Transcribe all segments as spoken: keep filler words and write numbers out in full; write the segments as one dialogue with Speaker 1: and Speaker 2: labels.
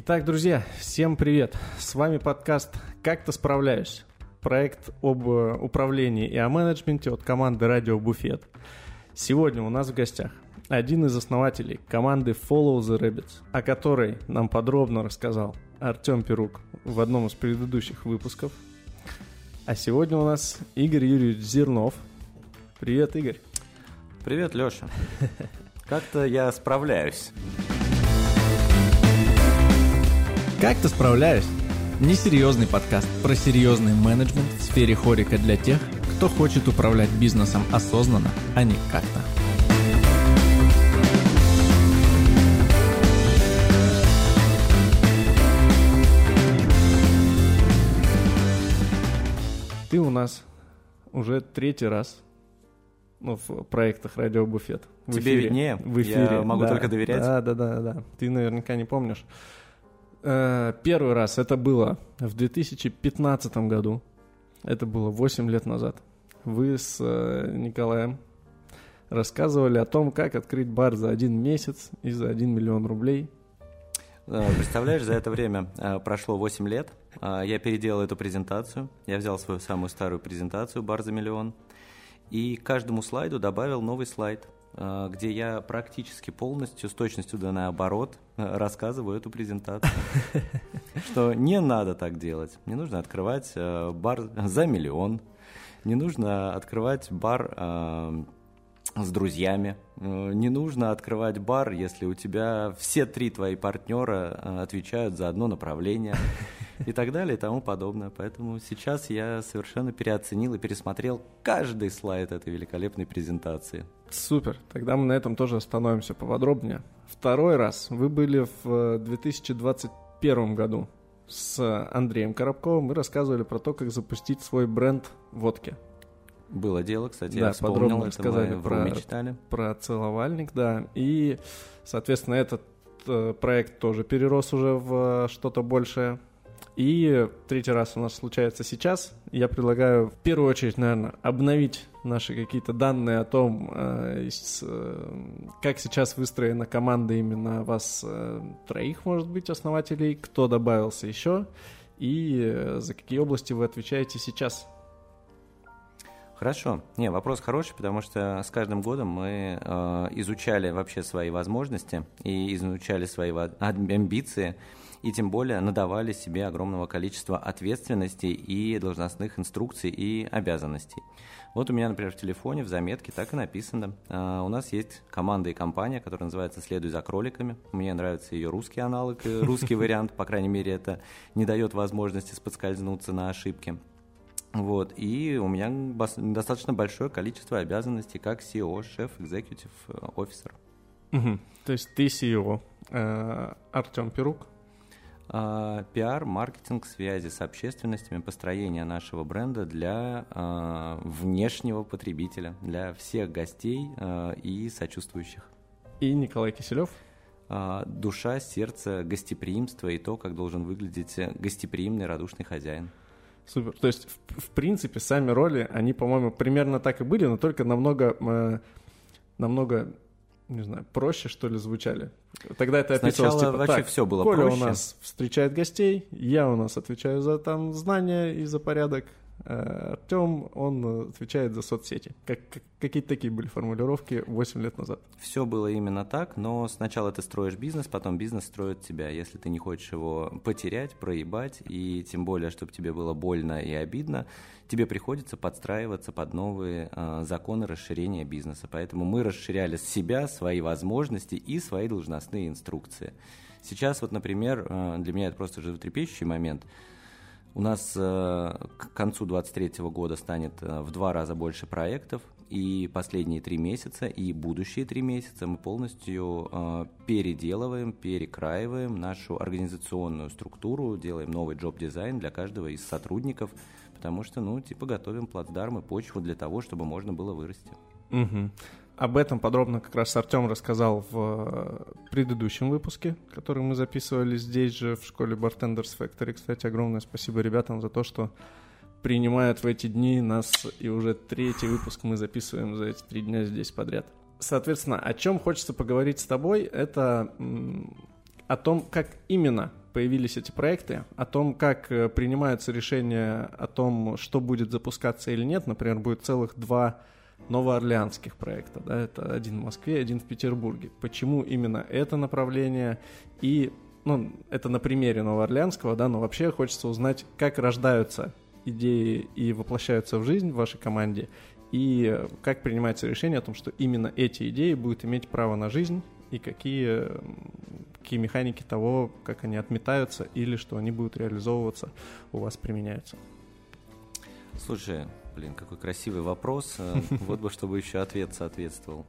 Speaker 1: Итак, друзья, всем привет! С вами подкаст «Как-то справляюсь». Проект об управлении и о менеджменте от команды «Радио Буфет». Сегодня у нас в гостях один из основателей команды Follow the Rabbits, о которой нам подробно рассказал Артем Перук в одном из предыдущих выпусков. А сегодня у нас Игорь Юрьевич Зернов. Привет, Игорь.
Speaker 2: Привет, Леша. Как-то я справляюсь.
Speaker 3: «Как-то справляюсь» – несерьезный подкаст про серьезный менеджмент в сфере хорика для тех, кто хочет управлять бизнесом осознанно, а не как-то.
Speaker 1: Ты у нас уже третий раз ну, в проектах «Радио Буфет». В
Speaker 2: Тебе
Speaker 1: эфире,
Speaker 2: виднее,
Speaker 1: в эфире.
Speaker 2: Я могу
Speaker 1: да,
Speaker 2: только доверять.
Speaker 1: Да, да, да, да. Ты наверняка не помнишь. Первый раз это было в две тысячи пятнадцатом году. Это было восемь лет назад. Вы с Николаем рассказывали о том, как открыть бар за один месяц и за один миллион рублей.
Speaker 2: Представляешь, за это время прошло восемь лет. Я переделал эту презентацию. Я взял свою самую старую презентацию «Бар за миллион» и к каждому слайду добавил новый слайд, где я практически полностью, с точностью да наоборот, рассказываю эту презентацию. Что не надо так делать. Не нужно открывать бар за миллион. Не нужно открывать бар с друзьями. Не нужно открывать бар, если у тебя все три твои партнера отвечают за одно направление. И так далее, и тому подобное. Поэтому сейчас я совершенно переоценил и пересмотрел каждый слайд этой великолепной презентации.
Speaker 1: Супер, тогда мы на этом тоже остановимся поподробнее. Второй раз вы были в две тысячи двадцать первом году с Андреем Коробковым и рассказывали про то, как запустить свой бренд водки.
Speaker 2: Было дело, кстати,
Speaker 1: да,
Speaker 2: я вспомнил,
Speaker 1: подробно
Speaker 2: это
Speaker 1: рассказали
Speaker 2: мы в
Speaker 1: про,
Speaker 2: Руме читали.
Speaker 1: Про целовальник, да. И, соответственно, этот э, проект тоже перерос уже в что-то большее. И третий раз у нас случается сейчас. Я предлагаю в первую очередь, наверное, обновить наши какие-то данные о том, э, с, э, как сейчас выстроена команда именно вас э, троих, может быть, основателей, кто добавился еще и э, за какие области вы отвечаете сейчас.
Speaker 2: Хорошо. Не, вопрос хороший, потому что с каждым годом мы э, изучали вообще свои возможности и изучали свои амбиции, и тем более надавали себе огромного количества ответственностей и должностных инструкций и обязанностей. Вот у меня, например, в телефоне в заметке так и написано. Uh, у нас есть команда и компания, которая называется «Следуй за кроликами». Мне нравится ее русский аналог, русский вариант, по крайней мере, это не дает возможности споткнуться на ошибки. Вот, и у меня достаточно большое количество обязанностей как си и о, шеф, executive officer.
Speaker 1: Угу. То есть ты си и о, uh, Артем Перук?
Speaker 2: Uh, пиар, маркетинг, связи с общественностями, построение нашего бренда для uh, внешнего потребителя, для всех гостей uh, и сочувствующих.
Speaker 1: И Николай Киселев?
Speaker 2: Uh, душа, сердце, гостеприимство и то, как должен выглядеть гостеприимный, радушный хозяин.
Speaker 1: Супер. То есть, в, в принципе, сами роли, они, по-моему, примерно так и были, но только намного, э, намного, не знаю, проще, что ли, звучали. Тогда это описывалось,
Speaker 2: Сначала
Speaker 1: типа,
Speaker 2: вообще
Speaker 1: так,
Speaker 2: все было
Speaker 1: Коля
Speaker 2: проще.
Speaker 1: у нас встречает гостей, я у нас отвечаю за там знания и за порядок, а Артем, он отвечает за соцсети. Как, как, какие-то такие были формулировки восемь лет назад.
Speaker 2: Все было именно так, но сначала ты строишь бизнес, потом бизнес строит тебя. Если ты не хочешь его потерять, проебать, и тем более, чтобы тебе было больно и обидно, тебе приходится подстраиваться под новые э, законы расширения бизнеса. Поэтому мы расширяли себя, свои возможности и свои должностные инструкции. Сейчас вот, например, э, для меня это просто животрепещущий момент. У нас э, к концу двадцать третьего года станет э, в два раза больше проектов, и последние три месяца, и будущие три месяца мы полностью э, переделываем, перекраиваем нашу организационную структуру, делаем новый джоб-дизайн для каждого из сотрудников, потому что, ну, типа, готовим плацдарм и почву для того, чтобы можно было вырасти.
Speaker 1: Угу. Об этом подробно как раз Артем рассказал в предыдущем выпуске, который мы записывали здесь же, в школе Bartenders Factory. Кстати, огромное спасибо ребятам за то, что принимают в эти дни нас, и уже третий выпуск мы записываем за эти три дня здесь подряд. Соответственно, о чем хочется поговорить с тобой, это м, о том, как именно появились эти проекты, о том, как принимаются решения о том, что будет запускаться или нет. Например, будет целых два новоорлеанских проекта, да, это один в Москве, один в Петербурге. Почему именно это направление? И, ну, это на примере Новоорлеанского, да, но вообще хочется узнать, как рождаются идеи и воплощаются в жизнь в вашей команде, и как принимается решение о том, что именно эти идеи будут иметь право на жизнь, и какие, какие механики того, как они отметаются, или что они будут реализовываться, у вас применяются.
Speaker 2: Слушай, блин, какой красивый вопрос. Вот бы, чтобы еще ответ соответствовал.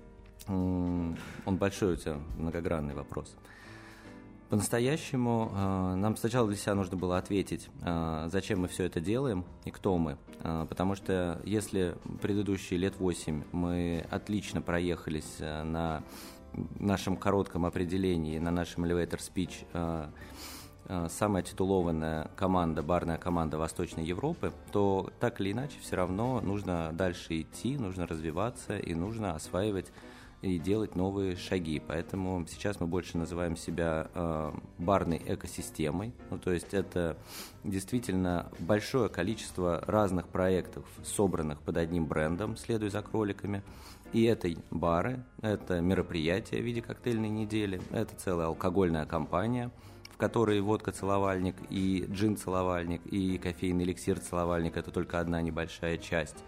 Speaker 2: Он большой у тебя, многогранный вопрос. По-настоящему нам сначала для себя нужно было ответить, зачем мы все это делаем и кто мы. Потому что если предыдущие лет восемь мы отлично проехались на нашем коротком определении, на нашем elevator speech, самая титулованная команда, барная команда Восточной Европы, то так или иначе все равно нужно дальше идти, нужно развиваться и нужно осваивать и делать новые шаги. Поэтому сейчас мы больше называем себя э, барной экосистемой. Ну, то есть это действительно большое количество разных проектов, собранных под одним брендом, следуя за кроликами. И это бары, это мероприятия в виде коктейльной недели, это целая алкогольная компания, в которой водка-целовальник и джин-целовальник и кофейный эликсир-целовальник – это только одна небольшая часть.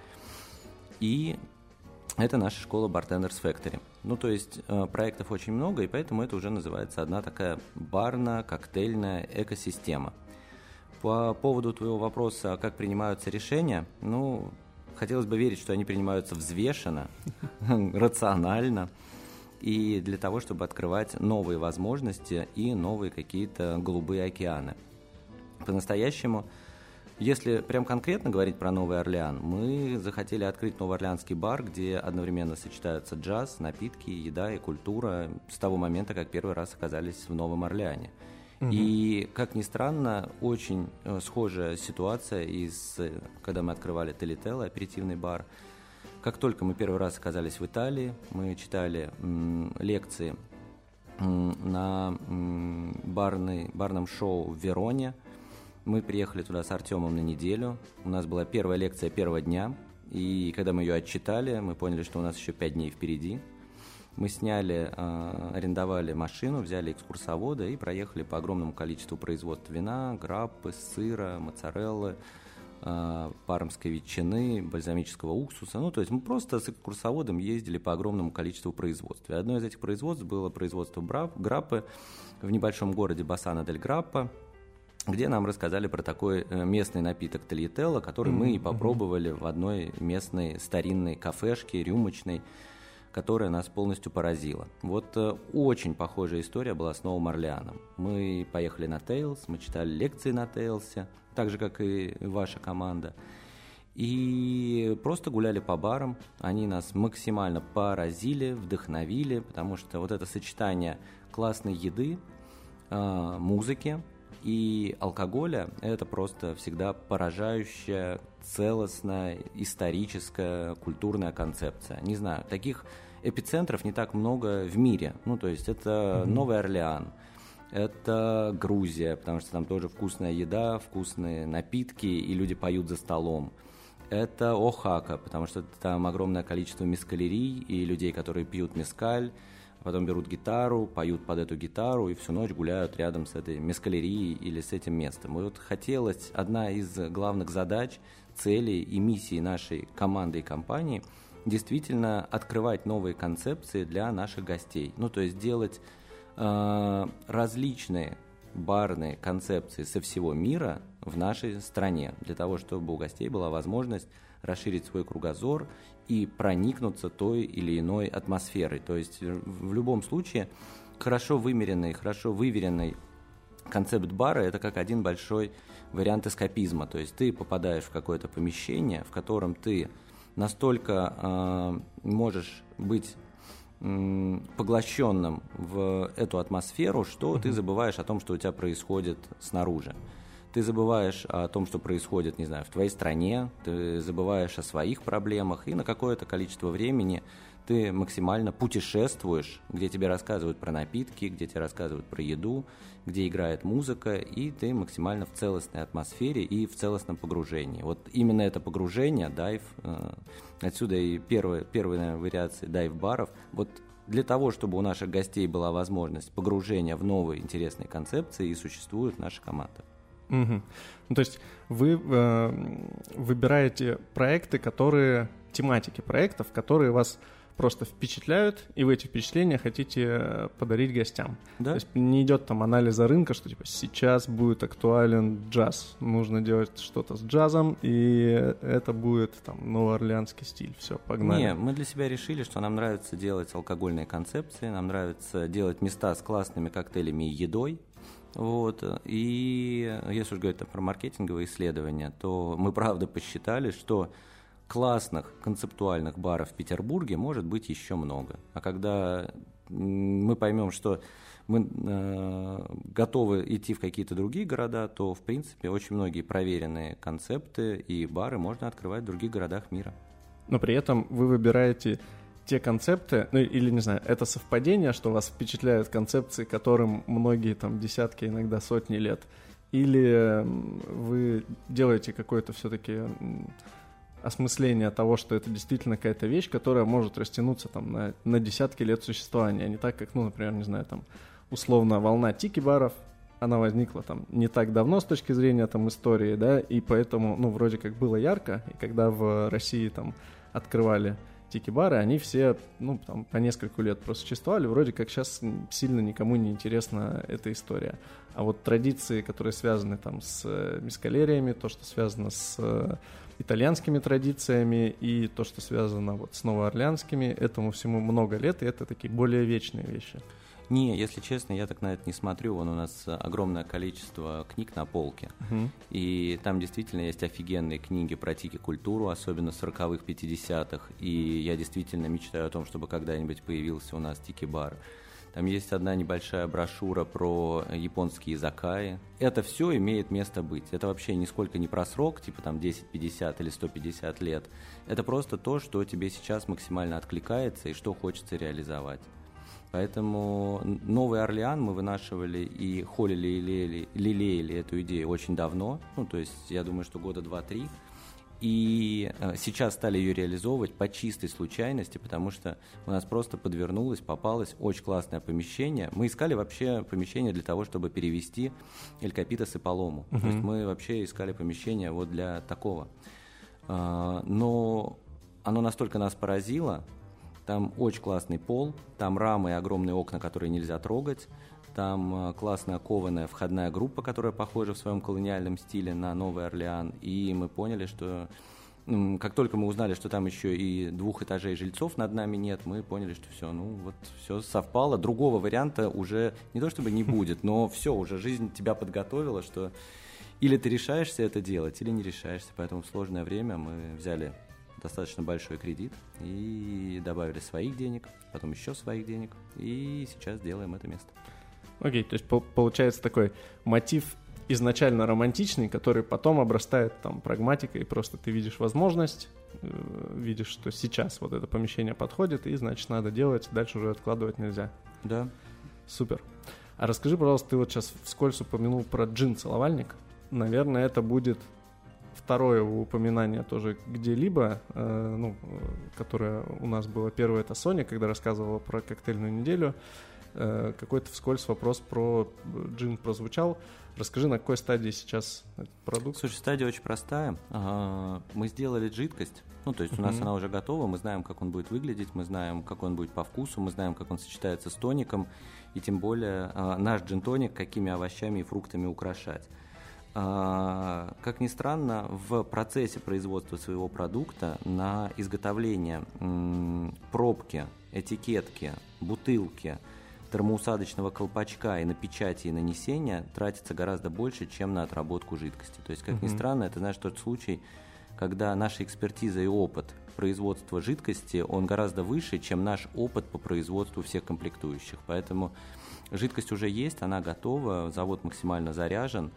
Speaker 2: И это наша школа Bartenders Factory. Ну, то есть э, проектов очень много, и поэтому это уже называется одна такая барно-коктейльная экосистема. По поводу твоего вопроса, как принимаются решения, ну, хотелось бы верить, что они принимаются взвешенно, рационально, и для того, чтобы открывать новые возможности и новые какие-то голубые океаны. По-настоящему, если прям конкретно говорить про Новый Орлеан, мы захотели открыть новоорлеанский бар, где одновременно сочетаются джаз, напитки, еда и культура с того момента, как первый раз оказались в Новом Орлеане. Угу. И, как ни странно, очень э, схожая ситуация, из, когда мы открывали Телетелло, аперитивный бар. Как только мы первый раз оказались в Италии, мы читали м, лекции м, на м, барный, барном шоу в Вероне. Мы приехали туда с Артемом на неделю. У нас была первая лекция первого дня. И когда мы ее отчитали, мы поняли, что у нас еще пять дней впереди. Мы сняли, э, арендовали машину, взяли экскурсовода и проехали по огромному количеству производств вина, граппы, сыра, моцареллы, э, пармской ветчины, бальзамического уксуса. Ну, то есть мы просто с экскурсоводом ездили по огромному количеству производств. И одно из этих производств было производство граппы в небольшом городе Бассано-дель-Граппа, где нам рассказали про такой местный напиток Тольятелло, который mm-hmm. мы и попробовали в одной местной старинной кафешке, рюмочной, которая нас полностью поразила. Вот э, очень похожая история была с Новым Орлеаном. Мы поехали на Тейлс, мы читали лекции на Тейлсе, так же, как и ваша команда, и просто гуляли по барам. Они нас максимально поразили, вдохновили, потому что вот это сочетание классной еды, э, музыки и алкоголя – это просто всегда поражающая, целостная, историческая, культурная концепция. Не знаю, таких эпицентров не так много в мире. Ну, то есть это mm-hmm. Новый Орлеан, это Грузия, потому что там тоже вкусная еда, вкусные напитки, и люди поют за столом. Это Оахака, потому что там огромное количество мескалерий и людей, которые пьют мескаль, потом берут гитару, поют под эту гитару и всю ночь гуляют рядом с этой мескалерией или с этим местом. И вот хотелось, одна из главных задач, целей и миссий нашей команды и компании действительно открывать новые концепции для наших гостей. Ну, то есть делать э, различные барные концепции со всего мира в нашей стране, для того, чтобы у гостей была возможность расширить свой кругозор и проникнуться той или иной атмосферой. То есть в любом случае хорошо вымеренный, хорошо выверенный концепт бара – это как один большой вариант эскапизма. То есть ты попадаешь в какое-то помещение, в котором ты настолько э, можешь быть э, поглощенным в эту атмосферу, что mm-hmm. ты забываешь о том, что у тебя происходит снаружи. Ты забываешь о том, что происходит, не знаю, в твоей стране, ты забываешь о своих проблемах, и на какое-то количество времени ты максимально путешествуешь, где тебе рассказывают про напитки, где тебе рассказывают про еду, где играет музыка, и ты максимально в целостной атмосфере и в целостном погружении. Вот именно это погружение, дайв, э, отсюда и первая, первая наверное, вариация дайв-баров. Вот для того, чтобы у наших гостей была возможность погружения в новые интересные концепции, и существует наша команда.
Speaker 1: Угу. Ну, то есть вы э, выбираете проекты, которые, тематики проектов, которые вас просто впечатляют, и вы эти впечатления хотите подарить гостям.
Speaker 2: Да?
Speaker 1: То есть не идет там анализа рынка, что типа сейчас будет актуален джаз, нужно делать что-то с джазом, и это будет там новоорлеанский стиль. Все, погнали.
Speaker 2: Не, мы для себя решили, что нам нравится делать алкогольные концепции, нам нравится делать места с классными коктейлями и едой. Вот. И если уж говорить там, про маркетинговые исследования, то мы правда посчитали, что классных концептуальных баров в Петербурге может быть еще много. А когда мы поймем, что мы э, готовы идти в какие-то другие города, то, в принципе, очень многие проверенные концепты и бары можно открывать в других городах мира.
Speaker 1: Но при этом вы выбираете те концепты, ну или, не знаю, это совпадение, что вас впечатляют концепции, которым многие там десятки, иногда сотни лет, или вы делаете какое-то все-таки осмысление того, что это действительно какая-то вещь, которая может растянуться там на, на десятки лет существования, а не так, как, ну, например, не знаю, там, условно, волна тики-баров, она возникла там не так давно с точки зрения там истории, да, и поэтому, ну, вроде как было ярко, и когда в России там открывали тики-бары, они все, ну, там, по несколько лет просуществовали, вроде как сейчас сильно никому не интересна эта история. А вот традиции, которые связаны там с мескалериями, то, что связано с итальянскими традициями и то, что связано вот с новоорлеанскими, этому всему много лет, и это такие более вечные вещи.
Speaker 2: Не, если честно, я так на это не смотрю. Вон у нас огромное количество книг на полке. Uh-huh. И там действительно есть офигенные книги про тики-культуру, особенно сороковых, пятидесятых. И я действительно мечтаю о том, чтобы когда-нибудь появился у нас тики-бар. Там есть одна небольшая брошюра про японские изакаи. Это все имеет место быть. Это вообще нисколько не про срок, типа там десять, пятьдесят или сто пятьдесят лет. Это просто то, что тебе сейчас максимально откликается и что хочется реализовать. Поэтому Новый Орлеан мы вынашивали и холили и лелеяли, лелеяли эту идею очень давно. Ну, то есть, я думаю, что года два-три. И сейчас стали ее реализовывать по чистой случайности, потому что у нас просто подвернулось, попалось очень классное помещение. Мы искали вообще помещение для того, чтобы перевести Эль Капитас и Палому. Uh-huh. То есть мы вообще искали помещение вот для такого. Но оно настолько нас поразило. Там очень классный пол, там рамы и огромные окна, которые нельзя трогать. Там классная кованая входная группа, которая похожа в своем колониальном стиле на Новый Орлеан. И мы поняли, что как только мы узнали, что там еще и двух этажей жильцов над нами нет, мы поняли, что все, ну вот все совпало. Другого варианта уже не то чтобы не будет, но все, уже жизнь тебя подготовила, что или ты решаешься это делать, или не решаешься. Поэтому в сложное время мы взяли достаточно большой кредит и добавили своих денег, потом еще своих денег, и сейчас делаем это место.
Speaker 1: Окей, okay, то есть по- получается такой мотив изначально романтичный, который потом обрастает там прагматикой, просто ты видишь возможность, э- видишь, что сейчас вот это помещение подходит, и значит надо делать, дальше уже откладывать нельзя.
Speaker 2: Да.
Speaker 1: Супер. А расскажи, пожалуйста, ты вот сейчас вскользь упомянул про джин-целовальник. Наверное, это будет второе упоминание тоже где-либо, э, ну, которое у нас было. Первое — это Соня, когда рассказывала про коктейльную неделю. Э, какой-то вскользь вопрос про джин прозвучал. Расскажи, на какой стадии сейчас этот продукт?
Speaker 2: Слушай, стадия очень простая. Ага, мы сделали жидкость. Ну, то есть uh-huh. у нас она уже готова, мы знаем, как он будет выглядеть, мы знаем, как он будет по вкусу, мы знаем, как он сочетается с тоником, и тем более э, наш джин-тоник какими овощами и фруктами украшать. Как ни странно, в процессе производства своего продукта на изготовление пробки, этикетки, бутылки, термоусадочного колпачка и на печати и нанесения тратится гораздо больше, чем на отработку жидкости. То есть, как ни странно, это, знаешь, тот случай, когда наша экспертиза и опыт производства жидкости, он гораздо выше, чем наш опыт по производству всех комплектующих. Поэтому жидкость уже есть, она готова, завод максимально заряжен.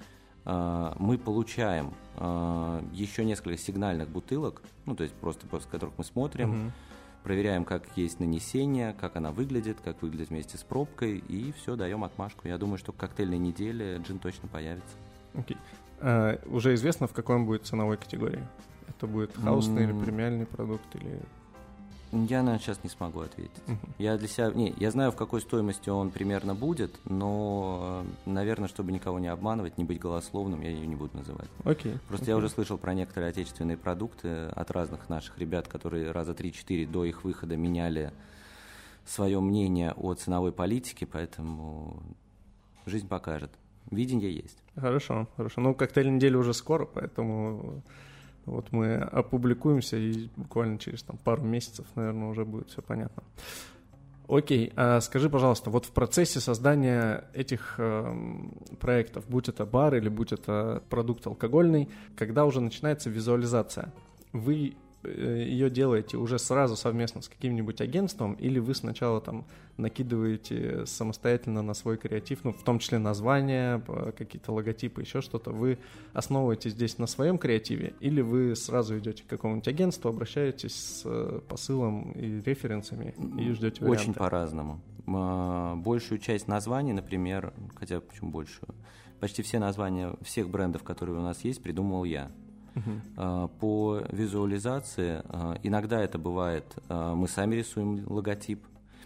Speaker 2: Мы получаем uh, еще несколько сигнальных бутылок, ну, то есть просто после которых мы смотрим, uh-huh. проверяем, как есть нанесение, как она выглядит, как выглядит вместе с пробкой, и все, даем отмашку. Я думаю, что к коктейльной неделе джин точно появится.
Speaker 1: Окей. А, уже известно, в какой он будет ценовой категории? Это будет хаусный mm. или премиальный продукт, или...
Speaker 2: Я, наверное, сейчас не смогу ответить. Uh-huh. Я для себя... Не, я знаю, в какой стоимости он примерно будет, но, наверное, чтобы никого не обманывать, не быть голословным, я ее не буду называть.
Speaker 1: Okay.
Speaker 2: Просто
Speaker 1: okay.
Speaker 2: я уже слышал про некоторые отечественные продукты от разных наших ребят, которые раза три-четыре до их выхода меняли свое мнение о ценовой политике, поэтому жизнь покажет. Видение есть.
Speaker 1: Хорошо, хорошо. Ну, коктейль недели уже скоро, поэтому... Вот мы опубликуемся, и буквально через там, пару месяцев, наверное, уже будет все понятно. Окей, а скажи, пожалуйста, вот в процессе создания этих э, проектов, будь это бар или будь это продукт алкогольный, когда уже начинается визуализация, вы э, ее делаете уже сразу совместно с каким-нибудь агентством, или вы сначала там накидываете самостоятельно на свой креатив, ну, в том числе названия, какие-то логотипы, еще что-то, вы основываетесь здесь на своем креативе, или вы сразу идете к какому-нибудь агентству, обращаетесь с посылом и референсами и ждете варианты?
Speaker 2: Очень по-разному. Большую часть названий, например, хотя почему большую, почти все названия всех брендов, которые у нас есть, придумал я. Uh-huh. По визуализации иногда это бывает, мы сами рисуем логотип,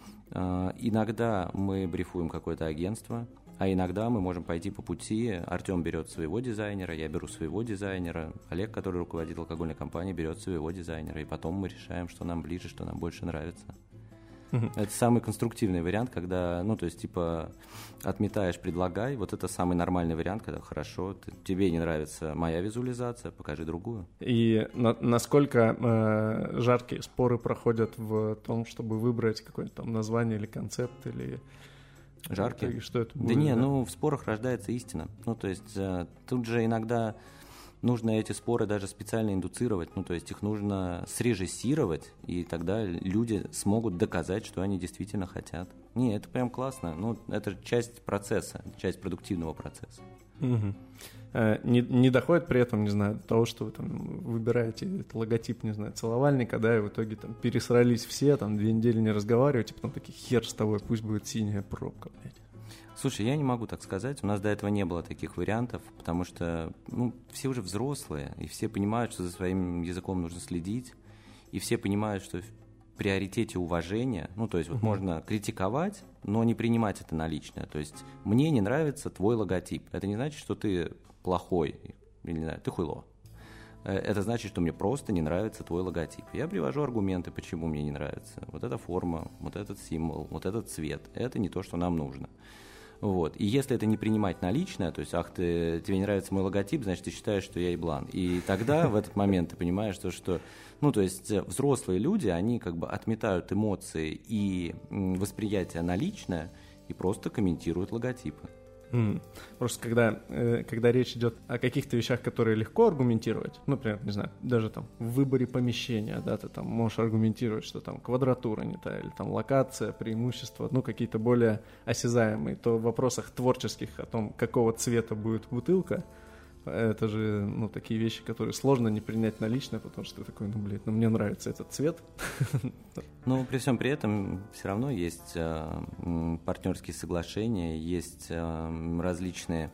Speaker 2: иногда мы брифуем какое-то агентство, а иногда мы можем пойти по пути. Артем берет своего дизайнера, я беру своего дизайнера, Олег, который руководит алкогольной компанией, берет своего дизайнера, и потом мы решаем, что нам ближе, что нам больше нравится. Uh-huh. Это самый конструктивный вариант, когда, ну, то есть, типа, отметаешь, предлагай. Вот это самый нормальный вариант, когда хорошо, ты, тебе не нравится моя визуализация, покажи другую.
Speaker 1: И на, насколько э, жаркие споры проходят в том, чтобы выбрать какое-то там название или концепт, или...
Speaker 2: Жаркие?
Speaker 1: И что это будет?
Speaker 2: Да не, да? ну, в спорах рождается истина. Ну, то есть, э, тут же иногда... Нужно эти споры даже специально индуцировать, ну, то есть их нужно срежиссировать, и тогда люди смогут доказать, что они действительно хотят. Не, это прям классно, ну, это часть процесса, часть продуктивного процесса.
Speaker 1: Угу. А, не, не доходит при этом, не знаю, до того, что вы там выбираете этот логотип, не знаю, целовальника, да, и в итоге там пересрались все, там две недели не разговариваете, потом такие, хер с тобой, пусть будет синяя пробка, блядь.
Speaker 2: Слушай, я не могу так сказать, у нас до этого не было таких вариантов, потому что, ну, все уже взрослые, и все понимают, что за своим языком нужно следить, и все понимают, что в приоритете уважения, ну, то есть вот uh-huh. можно критиковать, но не принимать это на личное, то есть мне не нравится твой логотип, это не значит, что ты плохой, или не знаю, ты хуйло. Это значит, что мне просто не нравится твой логотип. Я привожу аргументы, почему мне не нравится. Вот эта форма, вот этот символ, вот этот цвет, это не то, что нам нужно. Вот. И если это не принимать на личное, то есть, ах, ты, тебе не нравится мой логотип, значит, ты считаешь, что я еблан. И тогда в этот момент ты понимаешь, что, что, ну, то есть, взрослые люди, они как бы отметают эмоции и восприятие на личное и просто комментируют логотипы.
Speaker 1: Mm. Просто когда, э, когда речь идет о каких-то вещах, которые легко аргументировать, ну, например, не знаю, даже там в выборе помещения, да, ты там можешь аргументировать, что там квадратура не та, или там локация, преимущества, ну, какие-то более осязаемые, то в вопросах творческих о том, какого цвета будет бутылка, это же, ну, такие вещи, которые сложно не принять на личное, потому что ты такой, ну, блядь, ну, мне нравится этот цвет.
Speaker 2: Ну, при всем при этом все равно есть э, партнерские соглашения, есть э, различные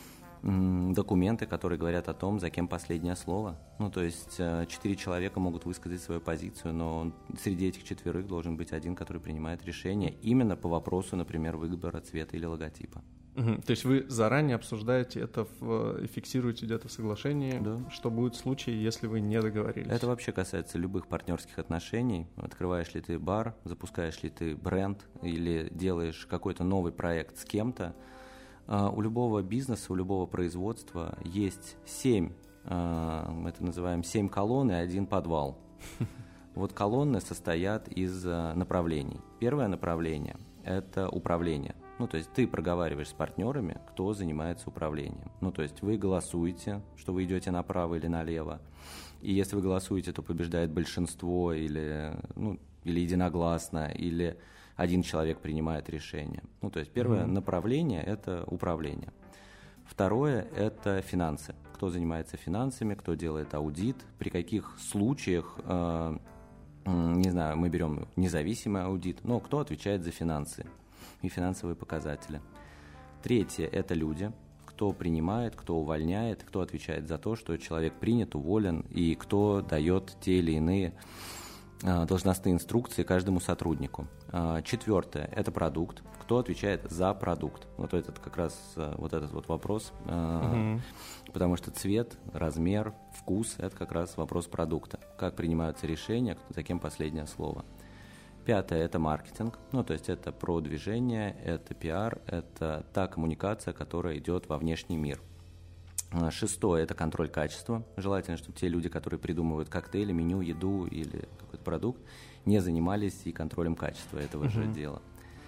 Speaker 2: э, документы, которые говорят о том, за кем последнее слово. Ну, то есть э, четыре человека могут высказать свою позицию, но среди этих четверых должен быть один, который принимает решение именно по вопросу, например, выбора цвета или логотипа.
Speaker 1: Угу. То есть вы заранее обсуждаете это в, и фиксируете где-то в соглашении,
Speaker 2: да.
Speaker 1: Что будет в случае, если вы не договорились?
Speaker 2: Это вообще касается любых партнерских отношений. Открываешь ли ты бар, запускаешь ли ты бренд или делаешь какой-то новый проект с кем-то. У любого бизнеса, у любого производства есть семь, мы это называем семь колонн и один подвал. Вот колонны состоят из направлений. Первое направление – это управление. Ну, то есть ты проговариваешь с партнерами, кто занимается управлением. Ну, то есть вы голосуете, что вы идете направо или налево. И если вы голосуете, то побеждает большинство или, ну, или единогласно, или один человек принимает решение. Ну, то есть первое mm-hmm. направление – это управление. Второе – это финансы. Кто занимается финансами, кто делает аудит, при каких случаях э, Не знаю, мы берем независимый аудит, но кто отвечает за финансы и финансовые показатели. Третье – это люди, кто принимает, кто увольняет, кто отвечает за то, что человек принят, уволен, и кто дает те или иные должностные инструкции каждому сотруднику. Четвертое – это продукт. Кто отвечает за продукт? Вот этот как раз вот этот вот вопрос, угу. Потому что цвет, размер, вкус – это как раз вопрос продукта. Как принимаются решения, за кем последнее слово. Пятое – это маркетинг, ну то есть это продвижение, это пиар, это та коммуникация, которая идет во внешний мир. Шестое – это контроль качества. Желательно, чтобы те люди, которые придумывают коктейли, меню, еду или какой-то продукт, не занимались и контролем качества этого uh-huh. же дела.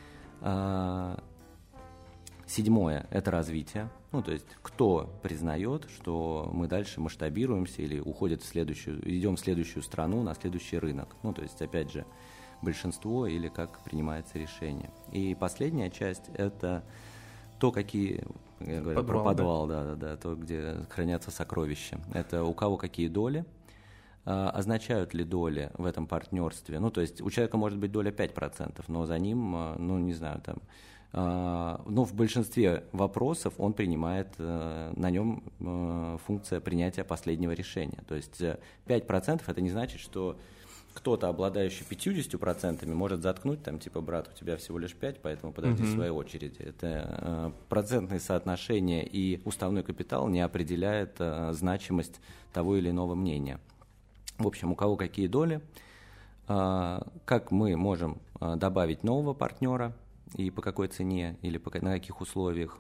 Speaker 2: А, седьмое – это развитие. Ну, то есть кто признает, что мы дальше масштабируемся или уходит в следующую, идем в следующую страну, на следующий рынок. Ну, то есть, опять же, большинство или как принимается решение. И последняя часть – это то, какие... Я говорю, подвал, про подвал, да? да, да, да, то, где хранятся сокровища. Это у кого какие доли, а, означают ли доли в этом партнерстве. Ну, то есть у человека может быть доля пять процентов, но за ним, ну, не знаю, там, а, ну, в большинстве вопросов он принимает, а, на нем а, функция принятия последнего решения. То есть пять процентов это не значит, что кто-то, обладающий пятьюдесятью процентами, может заткнуть, там, типа, брат, у тебя всего лишь пять, поэтому подожди uh-huh. своей очереди. Это э, процентные соотношения и уставной капитал не определяет э, значимость того или иного мнения. В общем, у кого какие доли, э, как мы можем э, добавить нового партнера и по какой цене или по, на каких условиях,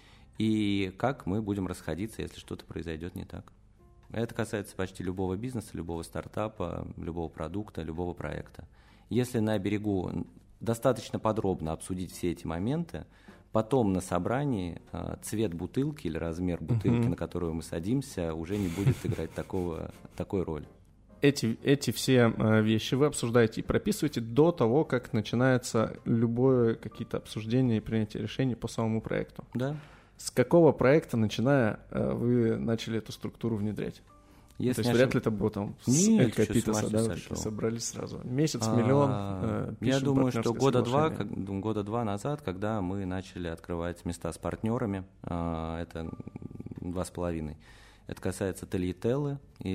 Speaker 2: и как мы будем расходиться, если что-то произойдет не так. Это касается почти любого бизнеса, любого стартапа, любого продукта, любого проекта. Если на берегу достаточно подробно обсудить все эти моменты, потом на собрании цвет бутылки или размер бутылки, uh-huh. на которую мы садимся, уже не будет играть такого, такой роли.
Speaker 1: Эти, эти все вещи вы обсуждаете и прописываете до того, как начинается любое какие-то обсуждения и принятие решений по самому проекту.
Speaker 2: Да.
Speaker 1: С какого проекта, начиная, вы начали эту структуру внедрять? Если То есть вряд ошиб... ли это было там с Эль Капитаса, да, собрались сразу. Месяц, а, миллион. Э,
Speaker 2: я думаю, что года два, как, года два назад, когда мы начали открывать места с партнерами, э, это два с половиной. Это касается Тельетеллы,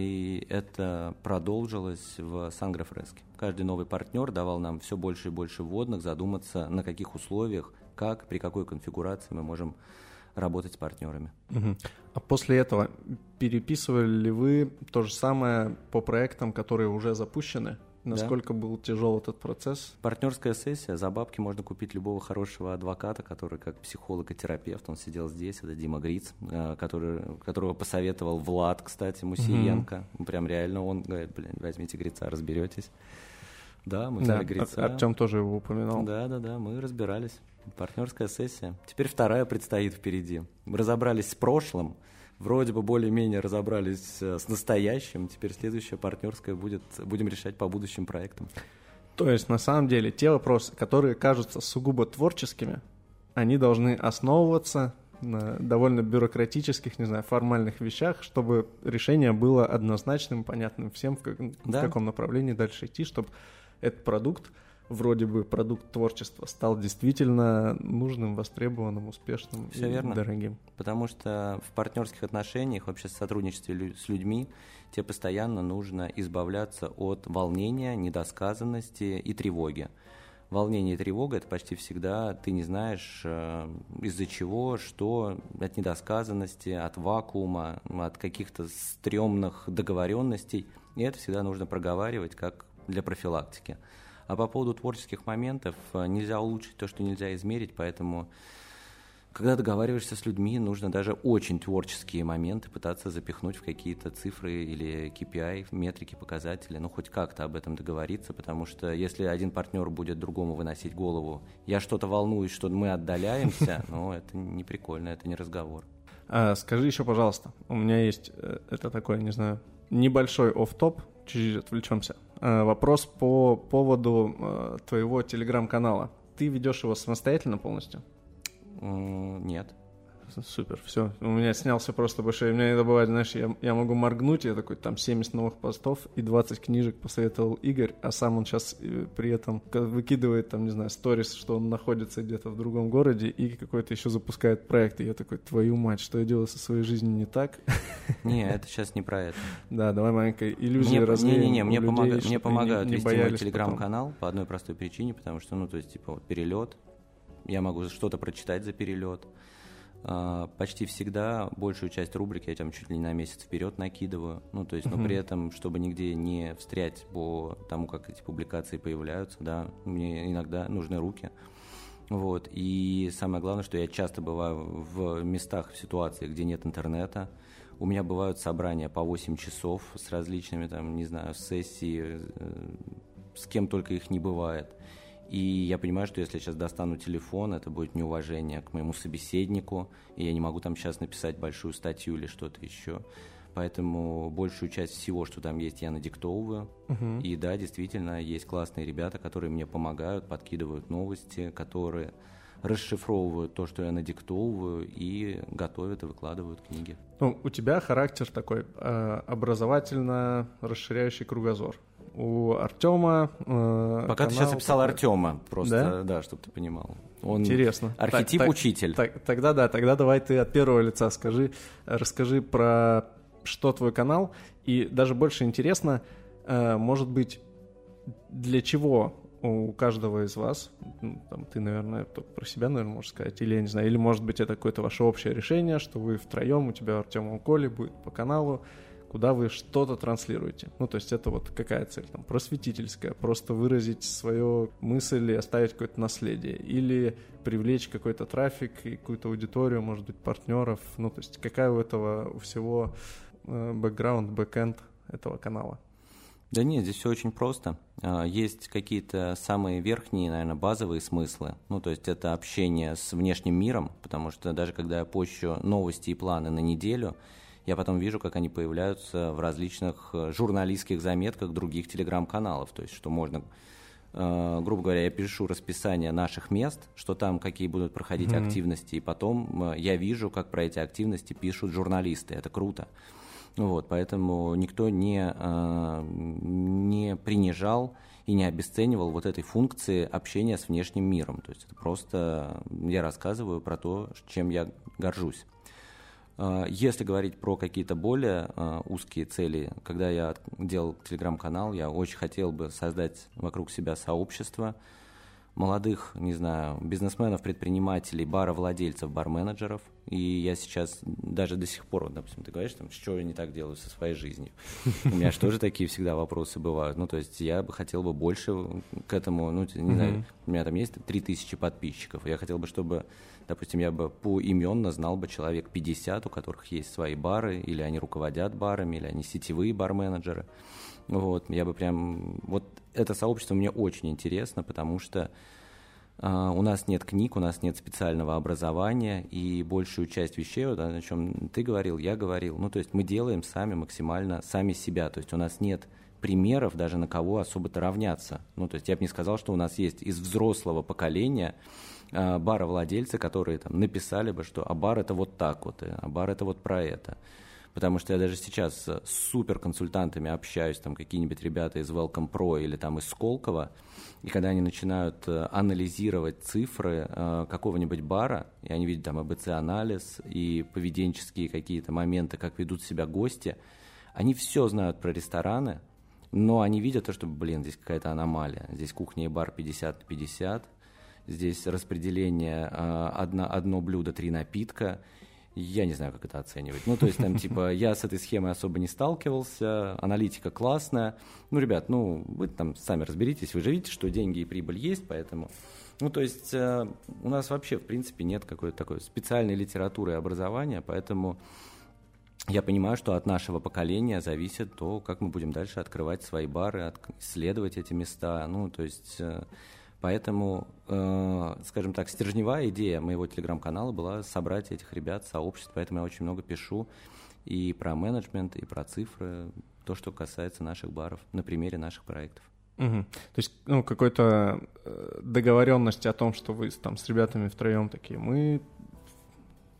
Speaker 2: и это продолжилось в Сан-Грофреске. Каждый новый партнер давал нам все больше и больше вводных, задуматься, на каких условиях, как, при какой конфигурации мы можем работать с партнерами.
Speaker 1: Угу. А после этого переписывали ли вы то же самое по проектам, которые уже запущены? Насколько да. был тяжел этот процесс?
Speaker 2: Партнерская сессия. За бабки можно купить любого хорошего адвоката, который как психолог и терапевт. Он сидел здесь, это Дима Гриц, который, которого посоветовал Влад, кстати, Мусиенко. Угу. Прям реально он говорит, блин, возьмите Грица, разберетесь. Да, мы взяли да. Грица.
Speaker 1: Артем тоже его упоминал.
Speaker 2: Да-да-да, мы разбирались. Партнерская сессия. Теперь вторая предстоит впереди. Мы разобрались с прошлым, вроде бы более-менее разобрались с настоящим. Теперь следующая партнерская будет, будем решать по будущим проектам.
Speaker 1: То есть, на самом деле, те вопросы, которые кажутся сугубо творческими, они должны основываться на довольно бюрократических, не знаю, формальных вещах, чтобы решение было однозначным, понятным всем, в, как, да. в каком направлении дальше идти, чтобы этот продукт, вроде бы продукт творчества, стал действительно нужным, востребованным, успешным
Speaker 2: Все
Speaker 1: и
Speaker 2: верно.
Speaker 1: дорогим.
Speaker 2: Потому что в партнерских отношениях, вообще в сотрудничестве с людьми, тебе постоянно нужно избавляться от волнения, недосказанности и тревоги. Волнение и тревога – это почти всегда ты не знаешь, из-за чего, что, от недосказанности, от вакуума, от каких-то стрёмных договоренностей. И это всегда нужно проговаривать как для профилактики. А по поводу творческих моментов нельзя улучшить то, что нельзя измерить, поэтому, когда договариваешься с людьми, нужно даже очень творческие моменты пытаться запихнуть в какие-то цифры или кей пи ай, метрики, показатели, ну, хоть как-то об этом договориться, потому что если один партнер будет другому выносить голову, я что-то волнуюсь, что мы отдаляемся, ну, это не прикольно, это не разговор.
Speaker 1: А, скажи еще, пожалуйста, у меня есть, это такой, не знаю, небольшой офф-топ, чуть-чуть отвлечемся. Вопрос по поводу э, твоего телеграм-канала. Ты ведешь его самостоятельно полностью?
Speaker 2: Mm, нет.
Speaker 1: Супер, все. У меня снялся просто большой. У меня иногда бывает, знаешь, я, я могу моргнуть, я такой, там семьдесят новых постов и двадцать книжек посоветовал Игорь, а сам он сейчас при этом выкидывает, там, не знаю, сторис, что он находится где-то в другом городе и какой-то еще запускает проект. И я такой, твою мать, что я делаю со своей жизнью не так?
Speaker 2: Не, это сейчас не про это.
Speaker 1: Да, давай маленькая иллюзия развеем.
Speaker 2: Не-не-не, мне,
Speaker 1: людей,
Speaker 2: помога, мне помогают
Speaker 1: не, не
Speaker 2: вести мой
Speaker 1: телеграм-канал
Speaker 2: по одной простой причине, потому что, ну, то есть, типа, вот перелет, я могу что-то прочитать за перелет. Почти всегда большую часть рубрик я там чуть ли не на месяц вперед накидываю. Ну, то есть, но при этом, чтобы нигде не встрять по тому, как эти публикации появляются, да, мне иногда нужны руки. Вот. И самое главное, что я часто бываю в местах, в ситуациях, где нет интернета. У меня бывают собрания по восемь часов с различными, там, не знаю, сессии, с кем только их не бывает. И я понимаю, что если я сейчас достану телефон, это будет неуважение к моему собеседнику, и я не могу там сейчас написать большую статью или что-то еще. Поэтому большую часть всего, что там есть, я надиктовываю. Uh-huh. И да, действительно, есть классные ребята, которые мне помогают, подкидывают новости, которые расшифровывают то, что я надиктовываю, и готовят и выкладывают книги.
Speaker 1: Ну, у тебя характер такой э, образовательно расширяющий кругозор. У Артема... Э,
Speaker 2: Пока канал... ты сейчас описал Артема, просто, да, да чтобы ты понимал. Он
Speaker 1: интересно.
Speaker 2: Архетип так, учитель.
Speaker 1: Так, так, тогда да, тогда давай ты от первого лица скажи, расскажи про что твой канал, и даже больше интересно, э, может быть, для чего у каждого из вас, ну, там, ты, наверное, только про себя, наверное, можешь сказать, или я не знаю, или может быть это какое-то ваше общее решение, что вы втроем, у тебя Артем и Коля будет по каналу, куда вы что-то транслируете. Ну, то есть это вот какая цель? Там, просветительская, просто выразить свою мысль и оставить какое-то наследие. Или привлечь какой-то трафик и какую-то аудиторию, может быть, партнеров. Ну, то есть какая у этого у всего бэкграунд, бэкэнд этого канала?
Speaker 2: Да нет, здесь все очень просто. Есть какие-то самые верхние, наверное, базовые смыслы. Ну, то есть это общение с внешним миром, потому что даже когда я пощу новости и планы на неделю, я потом вижу, как они появляются в различных журналистских заметках других телеграм-каналов. То есть, что можно, э, грубо говоря, я пишу расписание наших мест, что там какие будут проходить mm-hmm. активности, и потом э, я вижу, как про эти активности пишут журналисты. Это круто. Вот, поэтому никто не, э, не принижал и не обесценивал вот этой функции общения с внешним миром. То есть это просто я рассказываю про то, чем я горжусь. Если говорить про какие-то более uh, узкие цели, когда я делал телеграм-канал, я очень хотел бы создать вокруг себя сообщество молодых, не знаю, бизнесменов, предпринимателей, баровладельцев, бар-менеджеров. И я сейчас даже до сих пор, вот, допустим, ты говоришь, там, что я не так делаю со своей жизнью. У меня же тоже такие всегда вопросы бывают. Ну, то есть я бы хотел бы больше к этому, ну, не знаю, у меня там есть три тысячи подписчиков. Я хотел бы, чтобы, допустим, я бы поименно знал бы человек пятьдесят, у которых есть свои бары, или они руководят барами, или они сетевые бар-менеджеры. Вот, я бы прям... Вот это сообщество мне очень интересно, потому что Uh, у нас нет книг, у нас нет специального образования, и большую часть вещей, вот, о чем ты говорил, я говорил, ну, то есть мы делаем сами максимально сами себя, то есть у нас нет примеров даже на кого особо-то равняться. Ну, то есть я бы не сказал, что у нас есть из взрослого поколения uh, баровладельцы, которые там написали бы, что а бар это вот так вот, а бар это вот про это. Потому что я даже сейчас с суперконсультантами общаюсь, там какие-нибудь ребята из Welcome Pro или там из Сколково, и когда они начинают анализировать цифры э, какого-нибудь бара, и они видят там эй би си-анализ и поведенческие какие-то моменты, как ведут себя гости, они все знают про рестораны, но они видят то, что, блин, здесь какая-то аномалия, здесь кухня и бар пятьдесят на пятьдесят, здесь распределение э, одно, одно блюдо, три напитка. Я не знаю, как это оценивать. Ну, то есть, там, типа, я с этой схемой особо не сталкивался, аналитика классная. Ну, ребят, ну, вы там сами разберитесь, вы же видите, что деньги и прибыль есть, поэтому... Ну, то есть, э, у нас вообще, в принципе, нет какой-то такой специальной литературы и образования, поэтому я понимаю, что от нашего поколения зависит то, как мы будем дальше открывать свои бары, от... исследовать эти места, ну, то есть... Э, Поэтому, э, скажем так, стержневая идея моего телеграм-канала была собрать этих ребят, сообществ, поэтому я очень много пишу и про менеджмент, и про цифры, то, что касается наших баров, на примере наших проектов.
Speaker 1: Угу. То есть, ну, какой-то договоренности о том, что вы там с ребятами втроем такие, мы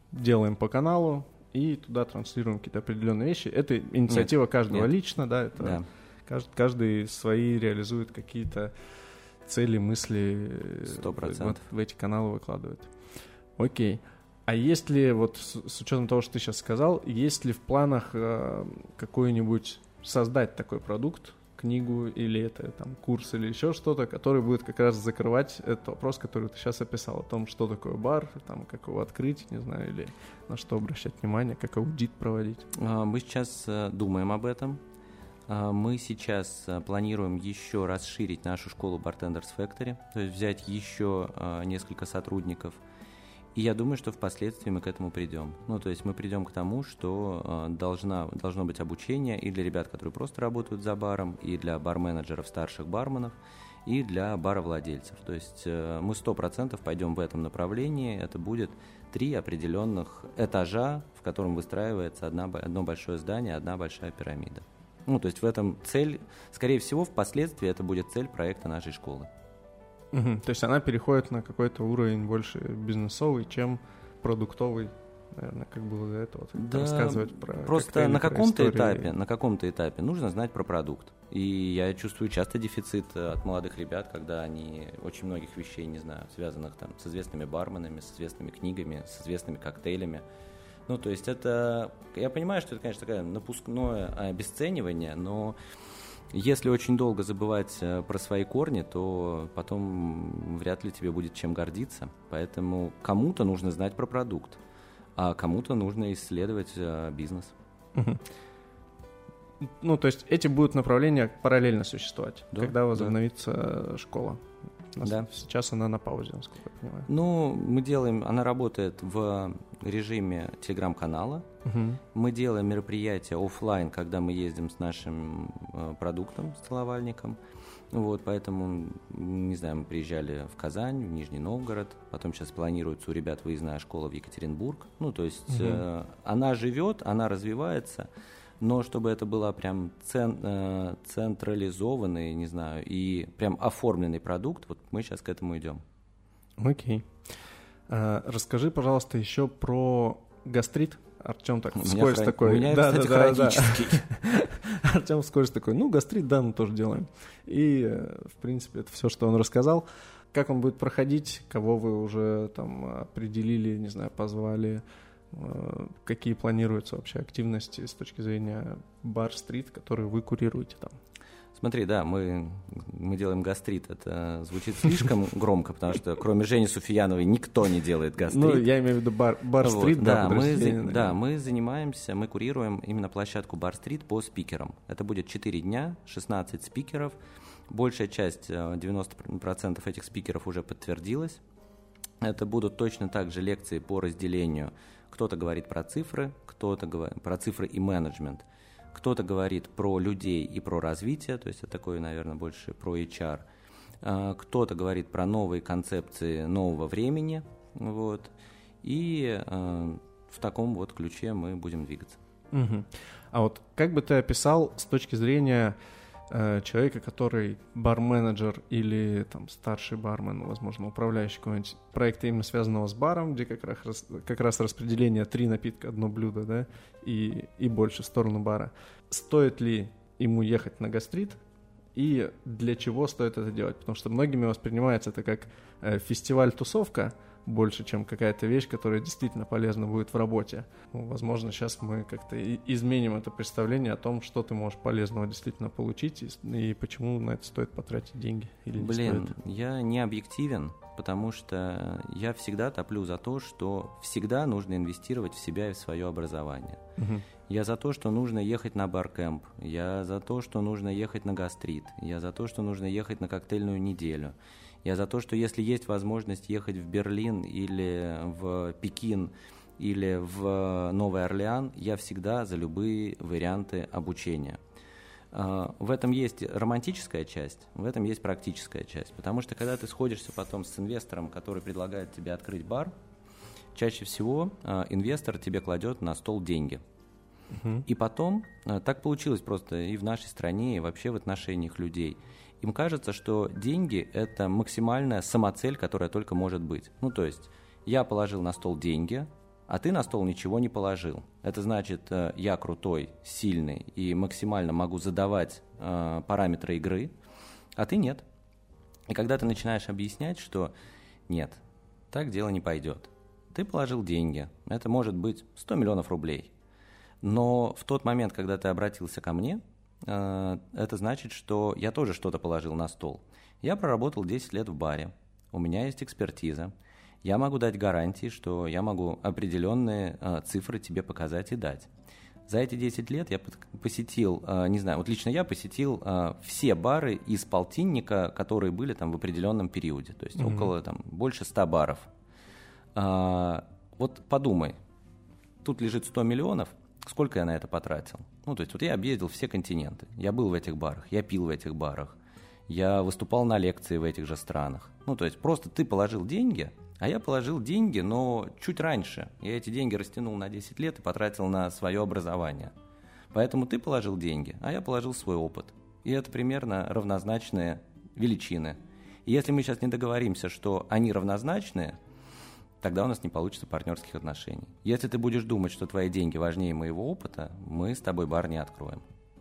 Speaker 1: делаем по каналу и туда транслируем какие-то определенные вещи. Это инициатива нет, каждого нет. лично, да, это да. Каждый, каждый свои реализует какие-то цели, мысли
Speaker 2: сто процентов.
Speaker 1: В, в эти каналы выкладывает. Окей. А есть ли, вот с, с учетом того, что ты сейчас сказал, есть ли в планах э, какой-нибудь создать такой продукт, книгу или это там курс или еще что-то, который будет как раз закрывать этот вопрос, который ты сейчас описал, о том, что такое бар, там, как его открыть, не знаю, или на что обращать внимание, как аудит проводить?
Speaker 2: Мы сейчас думаем об этом. Мы сейчас планируем еще расширить нашу школу Bartenders Factory, то есть взять еще несколько сотрудников. И я думаю, что впоследствии мы к этому придем. Ну, то есть мы придем к тому, что э, должна, должно быть обучение и для ребят, которые просто работают за баром, и для бар-менеджеров, старших барменов, и для баровладельцев. То есть э, мы сто процентов пойдем в этом направлении. Это будет три определенных этажа, в котором выстраивается одна, одно большое здание, одна большая пирамида. Ну, то есть в этом цель, скорее всего, впоследствии это будет цель проекта нашей школы.
Speaker 1: Угу. То есть она переходит на какой-то уровень больше бизнесовый, чем продуктовый, наверное, как было до этого.
Speaker 2: Да,
Speaker 1: рассказывать про
Speaker 2: просто на каком-то этапе, на каком-то этапе нужно знать про продукт. И я чувствую часто дефицит от молодых ребят, когда они очень многих вещей не знают, связанных там с известными барменами, с известными книгами, с известными коктейлями. Ну, то есть это, я понимаю, что это, конечно, такое напускное обесценивание, но если очень долго забывать про свои корни, то потом вряд ли тебе будет чем гордиться. Поэтому кому-то нужно знать про продукт, а кому-то нужно исследовать бизнес.
Speaker 1: Угу. Ну, то есть эти будут направления параллельно существовать, да, когда возобновится да. школа. Да. Сейчас она на паузе, насколько я понимаю.
Speaker 2: Ну, мы делаем, она работает в режиме телеграм-канала. Угу. Мы делаем мероприятия офлайн, когда мы ездим с нашим э, продуктом, столовальником. Вот, поэтому, не знаю, мы приезжали в Казань, в Нижний Новгород. Потом сейчас планируется у ребят выездная школа в Екатеринбург. Ну, то есть угу. э, она живет, она развивается. Но чтобы это было прям цен, э, централизованный, не знаю, и прям оформленный продукт, вот мы сейчас к этому идем.
Speaker 1: Окей. А, расскажи, пожалуйста, еще про гастрит. Артем так вскользь хрон... такой.
Speaker 2: У меня,
Speaker 1: да,
Speaker 2: кстати,
Speaker 1: да,
Speaker 2: хронический.
Speaker 1: Да. Артем вскользь такой, ну, гастрит, да, мы тоже делаем. И, в принципе, это все, что он рассказал. Как он будет проходить, кого вы уже там определили, не знаю, позвали, какие планируются вообще активности с точки зрения бар-стрит, которые вы курируете там?
Speaker 2: Смотри, да, мы, мы делаем гастрит. Это звучит слишком громко, потому что кроме Жени Суфияновой никто не делает гастрит.
Speaker 1: Ну, я имею в виду бар, бар-стрит.
Speaker 2: Вот, да, мы, да, мы занимаемся, мы курируем именно площадку бар-стрит по спикерам. Это будет четыре дня, шестнадцать спикеров. Большая часть, девяносто процентов этих спикеров уже подтвердилась. Это будут точно так же лекции по разделению. Кто-то говорит про цифры, кто-то говорит про цифры и менеджмент, кто-то говорит про людей и про развитие, то есть это такое, наверное, больше про эйч ар. Кто-то говорит про новые концепции нового времени, вот. И э, в таком вот ключе мы будем двигаться.
Speaker 1: Угу. А вот как бы ты описал с точки зрения э, человека, который бар-менеджер или там старший бармен, возможно, управляющий какого-нибудь проекта, именно связанного с баром, где как раз, как раз распределение три напитка, одно блюдо, да, и, и больше в сторону бара. Стоит ли ему ехать на гастрит и для чего стоит это делать? Потому что многими воспринимается это как э, фестиваль-тусовка, больше, чем какая-то вещь, которая действительно полезна будет в работе. Ну, возможно, сейчас мы как-то и изменим это представление о том, что ты можешь полезного действительно получить и, и почему на это стоит потратить деньги или не
Speaker 2: Блин,
Speaker 1: стоит.
Speaker 2: Я не объективен, потому что я всегда топлю за то, что всегда нужно инвестировать в себя и в свое образование. Угу. Я за то, что нужно ехать на баркэмп, я за то, что нужно ехать на гастрит, я за то, что нужно ехать на коктейльную неделю. Я за то, что если есть возможность ехать в Берлин или в Пекин или в Новый Орлеан, я всегда за любые варианты обучения. В этом есть романтическая часть, в этом есть практическая часть. Потому что когда ты сходишься потом с инвестором, который предлагает тебе открыть бар, чаще всего инвестор тебе кладет на стол деньги. Uh-huh. И потом, так получилось просто и в нашей стране, и вообще в отношениях людей. Им кажется, что деньги – это максимальная самоцель, которая только может быть. Ну, то есть, я положил на стол деньги, а ты на стол ничего не положил. Это значит, э, я крутой, сильный и максимально могу задавать э, параметры игры, а ты нет. И когда ты начинаешь объяснять, что нет, так дело не пойдет. Ты положил деньги, это может быть сто миллионов рублей. Но в тот момент, когда ты обратился ко мне, э, это значит, что я тоже что-то положил на стол. Я проработал десять лет в баре, у меня есть экспертиза. Я могу дать гарантии, что я могу определенные э, цифры тебе показать и дать. За эти десять лет я посетил, э, не знаю, вот лично я посетил э, все бары из полтинника, которые были там в определенном периоде. То есть mm-hmm. около, там, больше ста баров. Э, вот подумай, тут лежит сто миллионов, сколько я на это потратил? Ну, то есть вот я объездил все континенты, я был в этих барах, я пил в этих барах, я выступал на лекции в этих же странах. Ну, то есть просто ты положил деньги, а я положил деньги, но чуть раньше. Я эти деньги растянул на десять лет и потратил на свое образование. Поэтому ты положил деньги, а я положил свой опыт. И это примерно равнозначные величины. И если мы сейчас не договоримся, что они равнозначные, тогда у нас не получится партнерских отношений. Если ты будешь думать, что твои деньги важнее моего опыта, мы с тобой бар не откроем.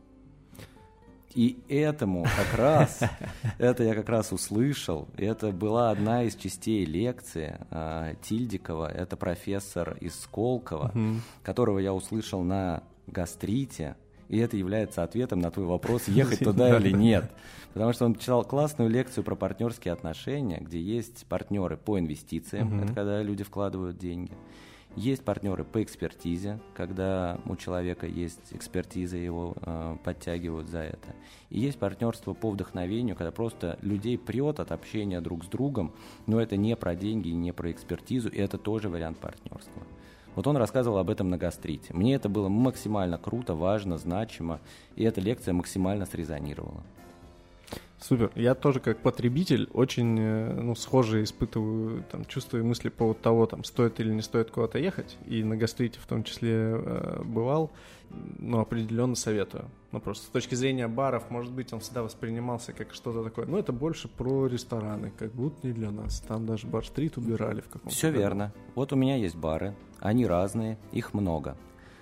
Speaker 2: И этому как раз, это я как раз услышал, это была одна из частей лекции э, Тильдикова, это профессор из Сколково, uh-huh. которого я услышал на гастрите, и это является ответом на твой вопрос, ехать туда или нет. Потому что он читал классную лекцию про партнерские отношения, где есть партнеры по инвестициям, uh-huh. это когда люди вкладывают деньги. Есть партнеры по экспертизе, когда у человека есть экспертиза, его э, подтягивают за это. И есть партнерство по вдохновению, когда просто людей прет от общения друг с другом, но это не про деньги, не про экспертизу, и это тоже вариант партнерства. Вот он рассказывал об этом на гастрите. Мне это было максимально круто, важно, значимо, и эта лекция максимально срезонировала.
Speaker 1: Супер. Я тоже как потребитель очень ну, схожие испытываю там, чувства и мысли по поводу того, там, стоит или не стоит куда-то ехать. И на гастрите в том числе э, бывал, но определенно советую. Ну, просто с точки зрения баров, может быть, он всегда воспринимался как что-то такое. Но это больше про рестораны, как будто не для нас. Там даже бар-стрит убирали в каком-то
Speaker 2: Все
Speaker 1: году.
Speaker 2: верно. Вот у меня есть бары, они разные, их много.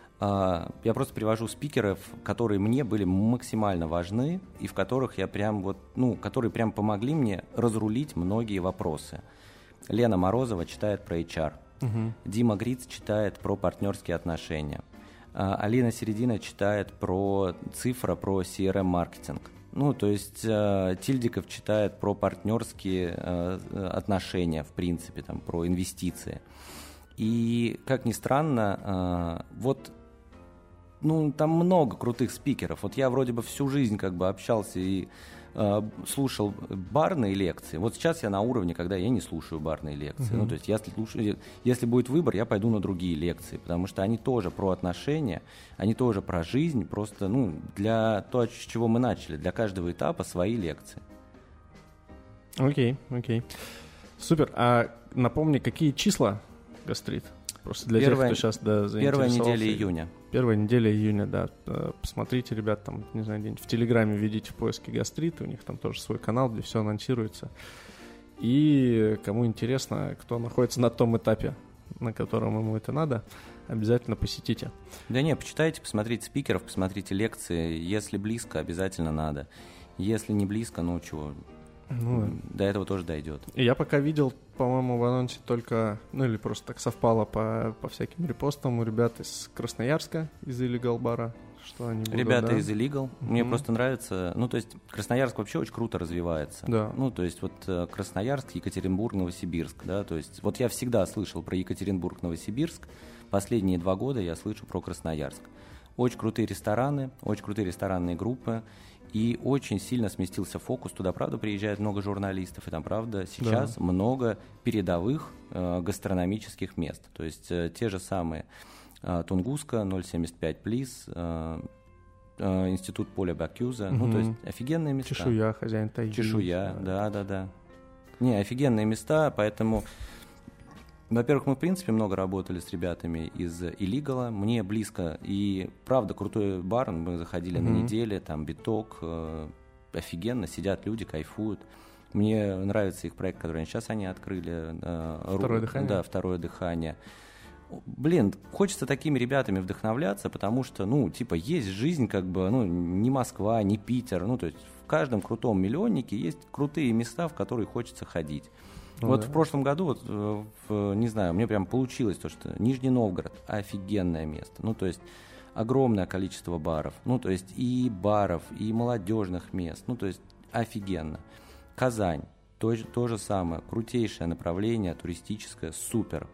Speaker 2: Я просто привожу спикеров, которые мне были максимально важны и в которых я прям вот, ну, которые прям помогли мне разрулить многие вопросы. Лена Морозова читает про эйч ар, угу. Дима Гриц читает про партнерские отношения, Алина Середина читает про цифра, про си эр эм-маркетинг. Ну, то есть Тильдиков читает про партнерские отношения, в принципе, там, про инвестиции. И, как ни странно, вот ну, там много крутых спикеров. Вот я вроде бы всю жизнь как бы общался и э, слушал барные лекции. Вот сейчас я на уровне, когда я не слушаю барные лекции. Uh-huh. Ну, то есть если, слушаю, если будет выбор, я пойду на другие лекции, потому что они тоже про отношения, они тоже про жизнь, просто, ну, для того, с чего мы начали, для каждого этапа свои лекции.
Speaker 1: Окей, okay, окей. Okay. Супер. А напомни, какие числа гастрит? Просто для
Speaker 2: первая,
Speaker 1: тех, кто сейчас да,
Speaker 2: Первая неделя июня.
Speaker 1: Первая неделя июня, да. Посмотрите, ребят, там, не знаю, где-нибудь в Телеграме введите в поиске гастрит, у них там тоже свой канал, где все анонсируется. И кому интересно, кто находится на том этапе, на котором ему это надо, обязательно посетите.
Speaker 2: Да не, почитайте, посмотрите спикеров, посмотрите лекции. Если близко, обязательно надо. Если не близко, ну чего... Ну, до этого тоже дойдет.
Speaker 1: Я пока видел, по-моему, в анонсе только, ну или просто так совпало по, по всяким репостам у ребят из Красноярска, из Illegal бара, что они будут,
Speaker 2: Ребята
Speaker 1: да?
Speaker 2: из Illegal, mm-hmm. мне просто нравится, ну то есть Красноярск вообще очень круто развивается.
Speaker 1: Да.
Speaker 2: Ну то есть вот Красноярск, Екатеринбург, Новосибирск, да, то есть вот я всегда слышал про Екатеринбург, Новосибирск, последние два года я слышу про Красноярск. Очень крутые рестораны, очень крутые ресторанные группы. И очень сильно сместился фокус. Туда, правда, приезжает много журналистов. И там, правда, сейчас да. много передовых э, гастрономических мест. То есть э, те же самые э, Тунгуска, ноль семьдесят пять Плиз, э, э, Институт Поля Бакюза. Угу. Ну, то есть офигенные места.
Speaker 1: Чешуя, хозяин тайги.
Speaker 2: Чешуя, да-да-да. Не, офигенные места, поэтому... Во-первых, мы, в принципе, много работали с ребятами из Illegal. Мне близко. И, правда, крутой бар. Мы заходили mm-hmm. на неделе, там биток. Э, офигенно. Сидят люди, кайфуют. Мне нравится их проект, который сейчас они открыли. Э,
Speaker 1: Второе
Speaker 2: Ру,
Speaker 1: дыхание?
Speaker 2: Да, второе дыхание. блин, хочется такими ребятами вдохновляться, потому что, ну, типа, есть жизнь, как бы, ну, не Москва, не Питер, ну, то есть в каждом крутом миллионнике есть крутые места, в которые хочется ходить. Ну, вот да. В прошлом году, вот, в, не знаю, мне прям получилось то, что Нижний Новгород – офигенное место, ну, то есть огромное количество баров, ну, то есть и баров, и молодежных мест, ну, то есть офигенно. Казань – то, то же самое, крутейшее направление, туристическое, супер.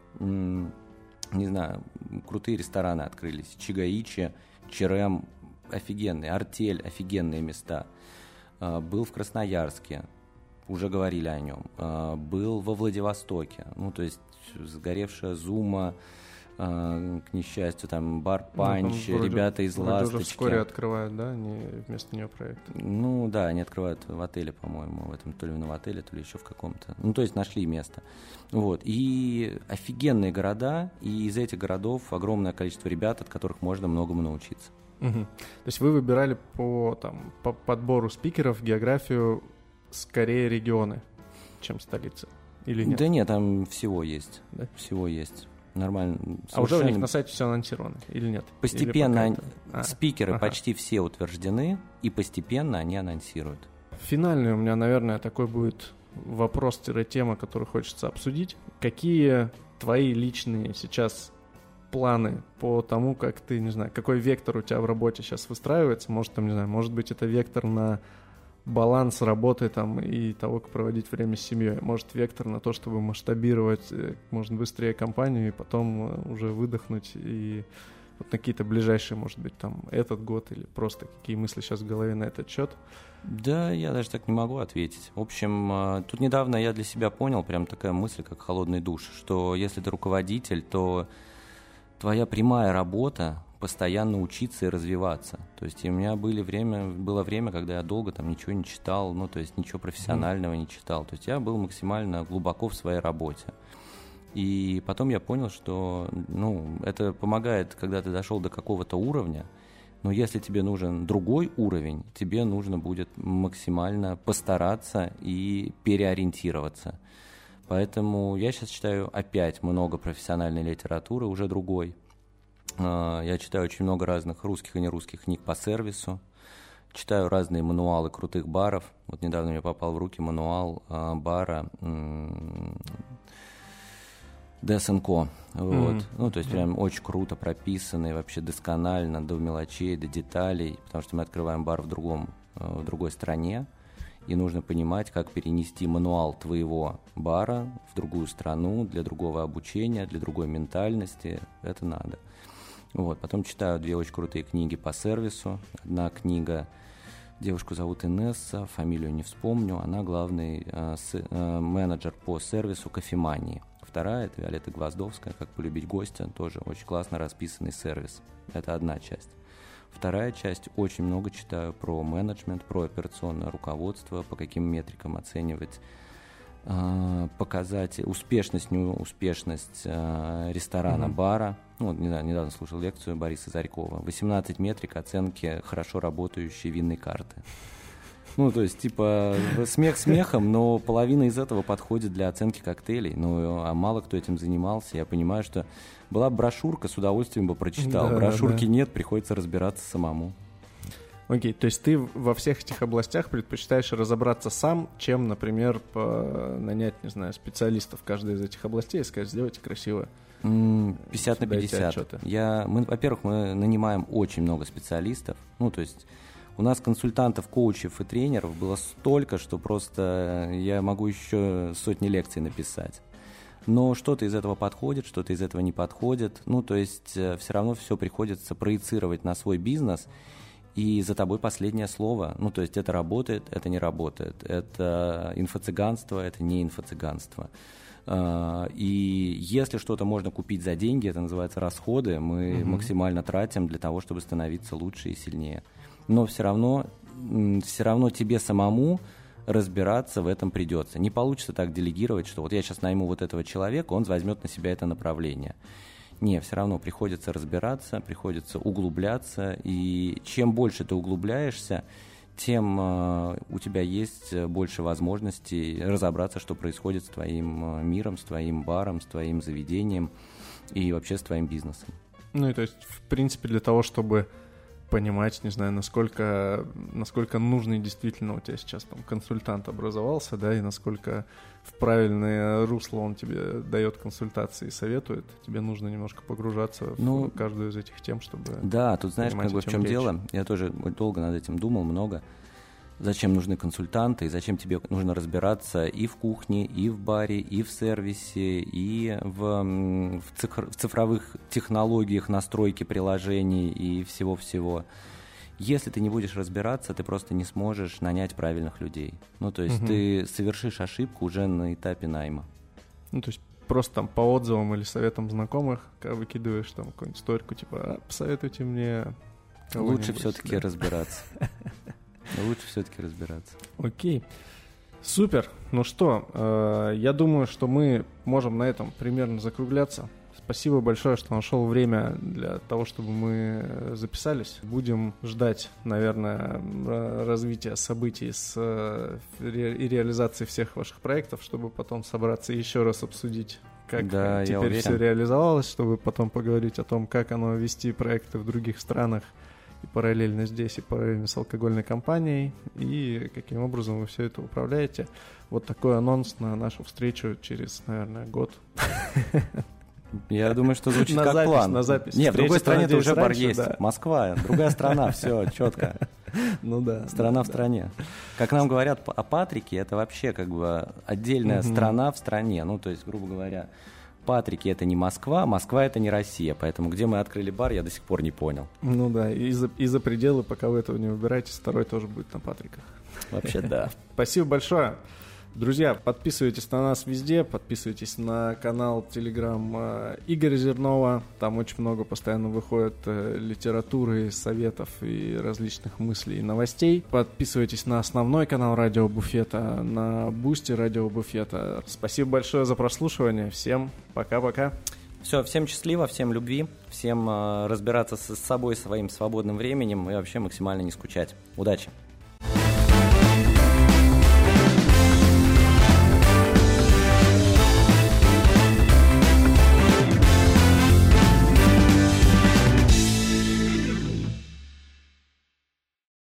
Speaker 2: Не знаю, крутые рестораны открылись. Чигаичи, Черем, офигенные. Артель, офигенные места. Был в Красноярске, уже говорили о нем. Был во Владивостоке. Ну, то есть сгоревшая Зума, к несчастью, там бар Панч, ну, ребята из Ласточки.
Speaker 1: Уже вскоре открывают, да, они вместо нее проект?
Speaker 2: Ну да, они открывают в отеле, по-моему, в этом то ли в отеле, то ли еще в каком-то. Ну, то есть нашли место. Вот. И офигенные города, и из этих городов огромное количество ребят, от которых можно многому научиться.
Speaker 1: Угу. То есть вы выбирали по, там, по подбору спикеров географию скорее регионы, чем столицы? Или нет?
Speaker 2: Да нет, там всего есть.
Speaker 1: Да?
Speaker 2: Всего есть. Нормально.
Speaker 1: А уже у них на сайте все анонсировано или нет?
Speaker 2: Постепенно
Speaker 1: или
Speaker 2: а, спикеры
Speaker 1: ага.
Speaker 2: почти все утверждены, и постепенно они анонсируют.
Speaker 1: Финальный у меня, наверное, такой будет вопрос-тема, который хочется обсудить. Какие твои личные сейчас планы по тому, как ты, не знаю, какой вектор у тебя в работе сейчас выстраивается? Может, там, не знаю, может быть, это вектор на баланс работы там и того, как проводить время с семьей. Может, вектор на то, чтобы масштабировать, можно быстрее компанию и потом уже выдохнуть и вот на какие-то ближайшие, может быть, там этот год или просто какие мысли сейчас в голове на этот счет?
Speaker 2: Да, я даже так не могу ответить. В общем, тут недавно я для себя понял, прям такая мысль, как холодный душ, что если ты руководитель, то твоя прямая работа постоянно учиться и развиваться. То есть у меня были время, было время, когда я долго там ничего не читал, ну, то есть ничего профессионального не читал. То есть я был максимально глубоко в своей работе. И потом я понял, что, ну, это помогает, когда ты дошел до какого-то уровня, но если тебе нужен другой уровень, тебе нужно будет максимально постараться и переориентироваться. Поэтому я сейчас читаю опять много профессиональной литературы, уже другой. Я читаю очень много разных русских и нерусских книг по сервису, читаю разные мануалы крутых баров. Вот недавно мне попал в руки мануал бара ди эс энд ко. Вот. Mm-hmm. Ну, то есть прям очень круто прописанный, вообще досконально, до мелочей, до деталей, потому что мы открываем бар в, другом, в другой стране, и нужно понимать, как перенести мануал твоего бара в другую страну, для другого обучения, для другой ментальности. Это надо. Вот, потом читаю две очень крутые книги по сервису. Одна книга, девушку зовут Инесса, фамилию не вспомню, она главный э, с, э, менеджер по сервису кофемании. Вторая – это Виолетта Гвоздовская, «Как полюбить гостя», тоже очень классно расписанный сервис. Это одна часть. Вторая часть, очень много читаю про менеджмент, про операционное руководство, по каким метрикам оценивать показать успешность, неуспешность э, ресторана, mm-hmm. бара. Ну, не знаю, недавно слушал лекцию Бориса Зарькова. восемнадцать метрик оценки хорошо работающей винной карты. Ну, то есть, типа, смех смехом, но половина из этого подходит для оценки коктейлей. Ну, а мало кто этим занимался. Я понимаю, что была брошюрка, с удовольствием бы прочитал. Да, Брошюрки да. нет, приходится разбираться самому.
Speaker 1: Окей, то есть ты во всех этих областях предпочитаешь разобраться сам, чем, например, по... нанять, не знаю, специалистов в каждой из этих областей и сказать, сделайте красиво.
Speaker 2: пятьдесят на пятьдесят. Я, мы, во-первых, мы нанимаем очень много специалистов. Ну, то есть у нас консультантов, коучев и тренеров было столько, что просто я могу еще сотни лекций написать. Но что-то из этого подходит, что-то из этого не подходит. Ну, то есть все равно все приходится проецировать на свой бизнес. И за тобой последнее слово. Ну, то есть это работает, это не работает. Это инфо-цыганство, это не инфо-цыганство. И если что-то можно купить за деньги, это называется расходы, мы угу. максимально тратим для того, чтобы становиться лучше и сильнее. Но все равно, все равно тебе самому разбираться в этом придется. Не получится так делегировать, что вот я сейчас найму вот этого человека, он возьмет на себя это направление. Не, все равно приходится разбираться, приходится углубляться, и чем больше ты углубляешься, тем э, у тебя есть больше возможностей разобраться, что происходит с твоим миром, с твоим баром, с твоим заведением. и вообще с твоим бизнесом.
Speaker 1: Ну и то есть, в принципе, для того, чтобы понимать, не знаю, насколько, насколько нужный действительно у тебя сейчас там консультант образовался, да, и насколько в правильное русло он тебе дает консультации и советует, тебе нужно немножко погружаться ну, в каждую из этих тем, чтобы...
Speaker 2: Да, тут знаешь,
Speaker 1: понимать,
Speaker 2: как бы в чем речь. Дело, я тоже долго над этим думал, много. Зачем нужны консультанты, и зачем тебе нужно разбираться и в кухне, и в баре, и в сервисе, и в, в, цифр, в цифровых технологиях настройки приложений и всего-всего. Если ты не будешь разбираться, ты просто не сможешь нанять правильных людей. Ну, то есть угу. ты совершишь ошибку уже на этапе найма.
Speaker 1: Ну, то есть просто там по отзывам или советам знакомых, когда выкидываешь там какую-нибудь историку, типа, а, посоветуйте мне кого-нибудь.
Speaker 2: Лучше все-таки да? разбираться. Лучше все-таки разбираться.
Speaker 1: Окей. Супер. Ну что, э, я думаю, что мы можем на этом примерно закругляться. Спасибо большое, что нашел время для того, чтобы мы записались. Будем ждать, наверное, развития событий с, ре, и реализации всех ваших проектов, чтобы потом собраться и еще раз обсудить, как
Speaker 2: да,
Speaker 1: теперь все реализовалось, чтобы потом поговорить о том, как оно вести проекты в других странах. И параллельно здесь, и параллельно с алкогольной компанией, и каким образом вы все это управляете. Вот такой анонс на нашу встречу через, наверное, год.
Speaker 2: Я думаю, что звучит
Speaker 1: на
Speaker 2: как
Speaker 1: запись,
Speaker 2: план.
Speaker 1: На запись.
Speaker 2: Нет, в другой стране уже бар
Speaker 1: раньше,
Speaker 2: есть.
Speaker 1: Да.
Speaker 2: Москва, другая страна, все четко.
Speaker 1: Ну да.
Speaker 2: Страна
Speaker 1: да,
Speaker 2: в стране. Да. Как нам говорят о Патрике, это вообще как бы отдельная угу. страна в стране. Ну, то есть, грубо говоря, Патрики — это не Москва, Москва — это не Россия. Поэтому где мы открыли бар, я до сих пор не понял.
Speaker 1: Ну да, и за, и за пределы, пока вы этого не выбираете, второй тоже будет на Патриках.
Speaker 2: Вообще да.
Speaker 1: Спасибо большое. Друзья, подписывайтесь на нас везде, подписывайтесь на канал Telegram Игоря Зернова. Там очень много постоянно выходит литературы, советов и различных мыслей и новостей. Подписывайтесь на основной канал Радио Буфета, на Бусти Радио Буфета. Спасибо большое за прослушивание. Всем пока-пока.
Speaker 2: Все, всем счастливо, всем любви, всем разбираться с собой, своим свободным временем и вообще максимально не скучать. Удачи!